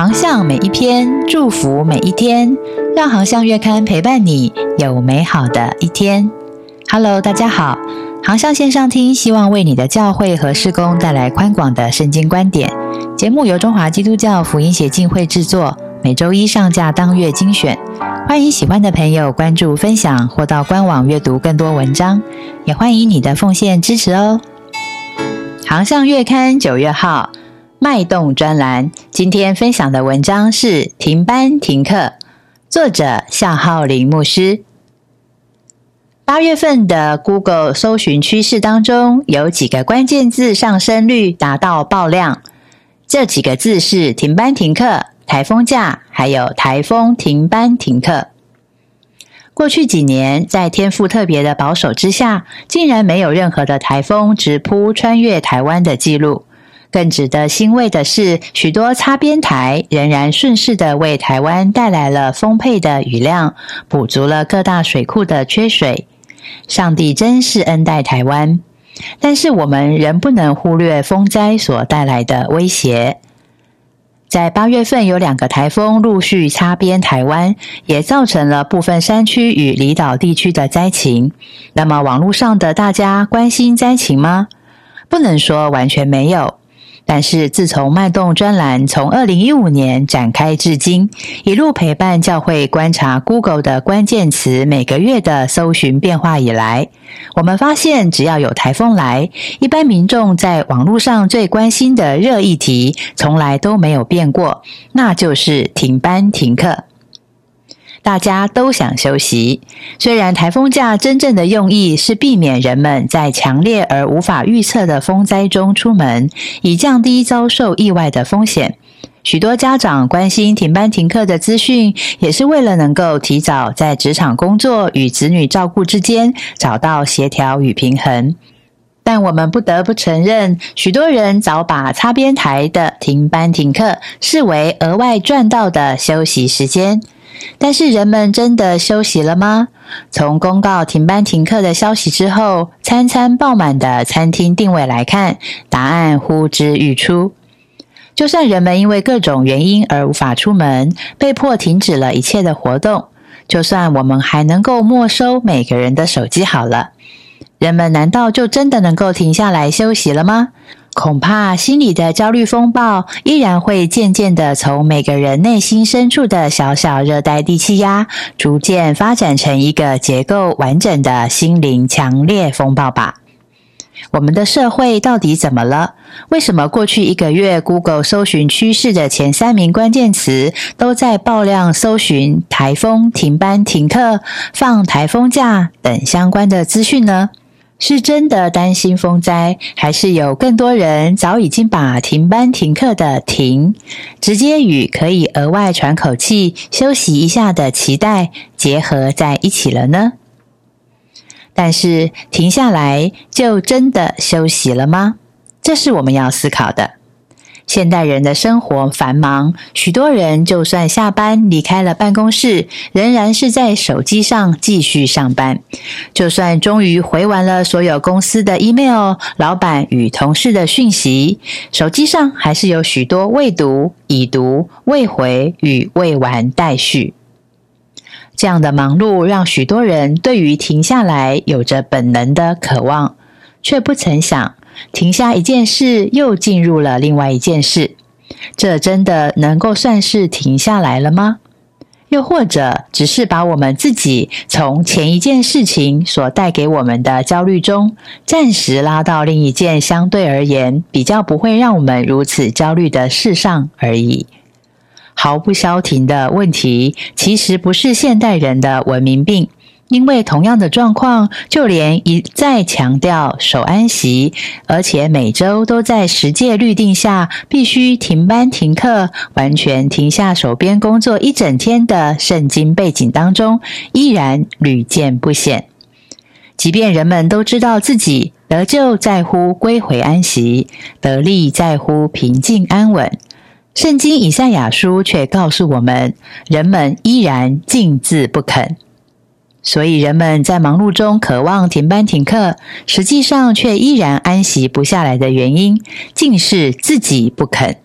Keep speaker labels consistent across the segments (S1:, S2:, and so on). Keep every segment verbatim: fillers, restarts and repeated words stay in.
S1: 航向每一篇，祝福每一天，让航向月刊陪伴你有美好的一天。Hello， 大家好，航向线上听，希望为你的教会和事工带来宽广的圣经观点。节目由中华基督教福音协进会制作，每周一上架当月精选。欢迎喜欢的朋友关注分享，或到官网阅读更多文章，也欢迎你的奉献支持哦。航向月刊九月号脉动专栏，今天分享的文章是停班停课，作者夏浩林牧师。八月份的 Google 搜寻趋势当中，有几个关键字上升率达到爆量，这几个字是停班停课、台风假，还有台风停班停课。过去几年，在天气特别的保守之下，竟然没有任何的台风直扑穿越台湾的记录。更值得欣慰的是，许多擦边台仍然顺势的为台湾带来了丰沛的雨量，补足了各大水库的缺水。上帝真是恩待台湾，但是我们仍不能忽略风灾所带来的威胁。在八月份有两个台风陆续擦边台湾，也造成了部分山区与离岛地区的灾情。那么网络上的大家关心灾情吗？不能说完全没有。但是自从脉动专栏从二零一五年展开至今，一路陪伴教会观察 Google 的关键词每个月的搜寻变化以来，我们发现只要有台风来，一般民众在网络上最关心的热议题从来都没有变过，那就是停班停课。大家都想休息，虽然台风假真正的用意是避免人们在强烈而无法预测的风灾中出门，以降低遭受意外的风险。许多家长关心停班停课的资讯，也是为了能够提早在职场工作与子女照顾之间找到协调与平衡。但我们不得不承认，许多人早把擦边台的停班停课视为额外赚到的休息时间。但是人们真的休息了吗？从公告停班停课的消息之后，餐餐爆满的餐厅定位来看，答案呼之欲出。就算人们因为各种原因而无法出门，被迫停止了一切的活动，就算我们还能够没收每个人的手机好了，人们难道就真的能够停下来休息了吗？恐怕心里的焦虑风暴依然会渐渐的从每个人内心深处的小小热带低气压，逐渐发展成一个结构完整的心灵强烈风暴吧。我们的社会到底怎么了？为什么过去一个月 Google 搜寻趋势的前三名关键词都在爆量搜寻台风、停班停课、放台风假等相关的资讯呢？是真的担心风灾，还是有更多人早已经把停班停课的停直接与可以额外喘口气休息一下的期待结合在一起了呢？但是停下来就真的休息了吗？这是我们要思考的。现代人的生活繁忙，许多人就算下班离开了办公室，仍然是在手机上继续上班。就算终于回完了所有公司的 email、老板与同事的讯息，手机上还是有许多未读、已读、未回与未完待续。这样的忙碌让许多人对于停下来有着本能的渴望，却不曾想停下一件事，又进入了另外一件事，这真的能够算是停下来了吗？又或者只是把我们自己从前一件事情所带给我们的焦虑中，暂时拉到另一件相对而言比较不会让我们如此焦虑的事上而已。毫不消停的问题，其实不是现代人的文明病。因为同样的状况，就连一再强调守安息，而且每周都在十诫律定下必须停班停课，完全停下手边工作一整天的圣经背景当中，依然屡见不鲜。即便人们都知道自己得救在乎归回安息，得力在乎平静安稳，圣经以赛亚书却告诉我们，人们依然静自不肯。所以人们在忙碌中渴望停班停课，实际上却依然安息不下来的原因，竟是自己不肯。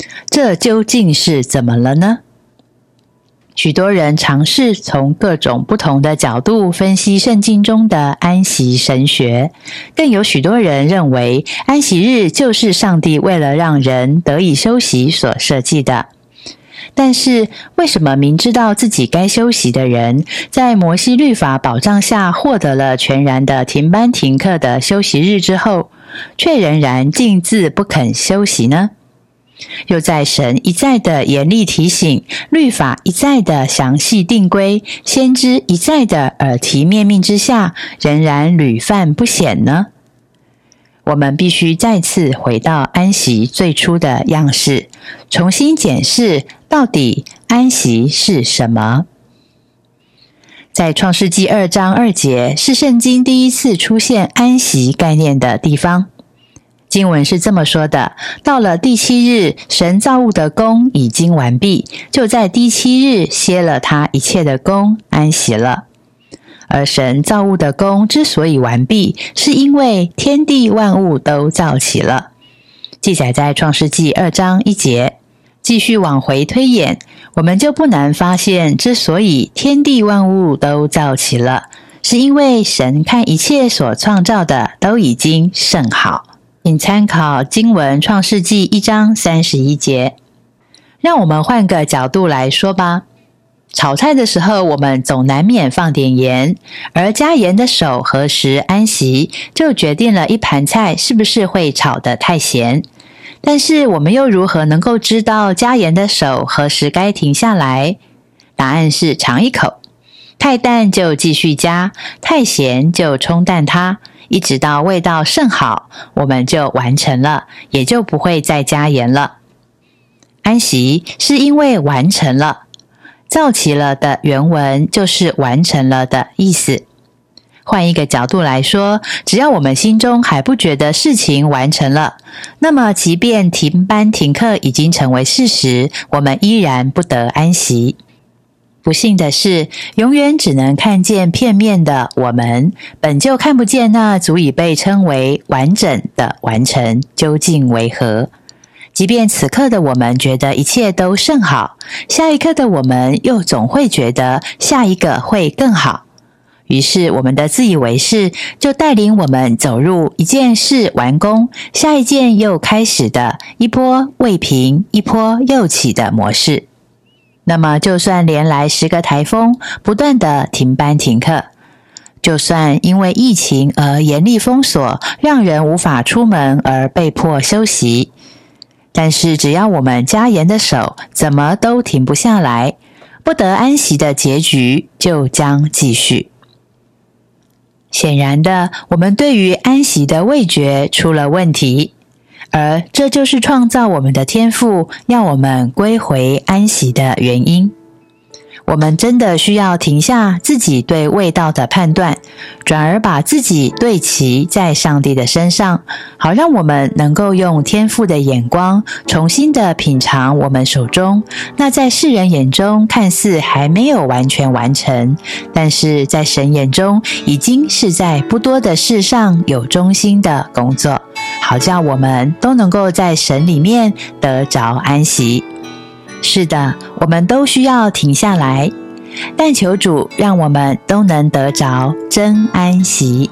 S1: 这究竟是怎么了呢？许多人尝试从各种不同的角度分析圣经中的安息神学，更有许多人认为安息日就是上帝为了让人得以休息所设计的。但是为什么明知道自己该休息的人，在摩西律法保障下获得了全然的停班停课的休息日之后，却仍然径自不肯休息呢？又在神一再的严厉提醒，律法一再的详细定规，先知一再的耳提面命之下，仍然屡犯不鲜呢？我们必须再次回到安息最初的样式，重新检视到底安息是什么。在创世纪二章二节是圣经第一次出现安息概念的地方。经文是这么说的：到了第七日，神造物的工已经完毕，就在第七日歇了他一切的工，安息了。而神造物的工之所以完毕，是因为天地万物都造齐了。记载在创世纪二章一节。继续往回推演，我们就不难发现，之所以天地万物都造齐了，是因为神看一切所创造的都已经甚好。请参考经文创世纪一章三十一节。让我们换个角度来说吧。炒菜的时候，我们总难免放点盐，而加盐的手何时安息，就决定了一盘菜是不是会炒得太咸。但是我们又如何能够知道加盐的手何时该停下来？答案是尝一口，太淡就继续加，太咸就冲淡它，一直到味道甚好，我们就完成了，也就不会再加盐了。安息是因为完成了，造齐了的原文就是完成了的意思。换一个角度来说，只要我们心中还不觉得事情完成了，那么即便停班停课已经成为事实，我们依然不得安息。不幸的是，永远只能看见片面的我们，本就看不见那足以被称为完整的完成究竟为何。即便此刻的我们觉得一切都甚好，下一刻的我们又总会觉得下一个会更好。于是我们的自以为是就带领我们走入一件事完工，下一件又开始的一波未平一波又起的模式。那么就算连来十个台风，不断的停班停课，就算因为疫情而严厉封锁，让人无法出门而被迫休息，但是只要我们加盐的手，怎么都停不下来，不得安息的结局就将继续。显然的，我们对于安息的味觉出了问题，而这就是创造我们的天父要我们归回安息的原因。我们真的需要停下自己对味道的判断，转而把自己对齐在上帝的身上，好让我们能够用天父的眼光重新的品尝我们手中那在世人眼中看似还没有完全完成，但是在神眼中已经是在不多的事上有忠心的工作，好叫我们都能够在神里面得着安息。是的，我们都需要停下来，但求主让我们都能得着真安息。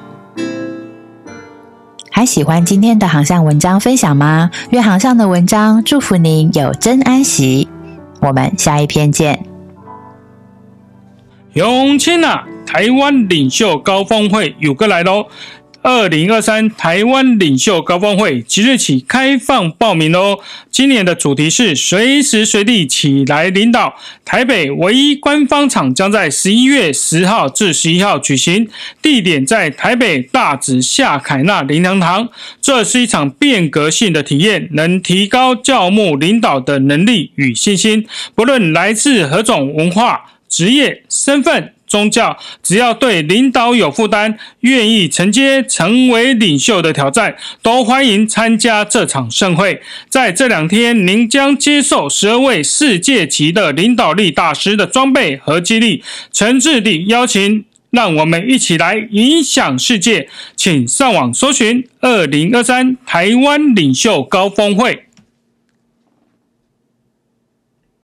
S1: 还喜欢今天的航向文章分享吗？愿航向的文章祝福您有真安息。我们下一篇见。
S2: 永庆啊，台湾领袖高峰会有个来咯。二零二三台湾领袖高峰会即日起开放报名哦。今年的主题是随时随地起来领导。台北唯一官方场将在十一月十号至十一号举行，地点在台北大直夏凯纳灵粮堂。这是一场变革性的体验，能提高教牧领导的能力与信心。不论来自何种文化、职业、身份、宗教，只要对领导有负担，愿意承接成为领袖的挑战，都欢迎参加这场盛会。在这两天，您将接受十二位世界级的领导力大师的装备和激励，诚挚地邀请，让我们一起来影响世界。请上网搜寻二零二三台湾领袖高峰会。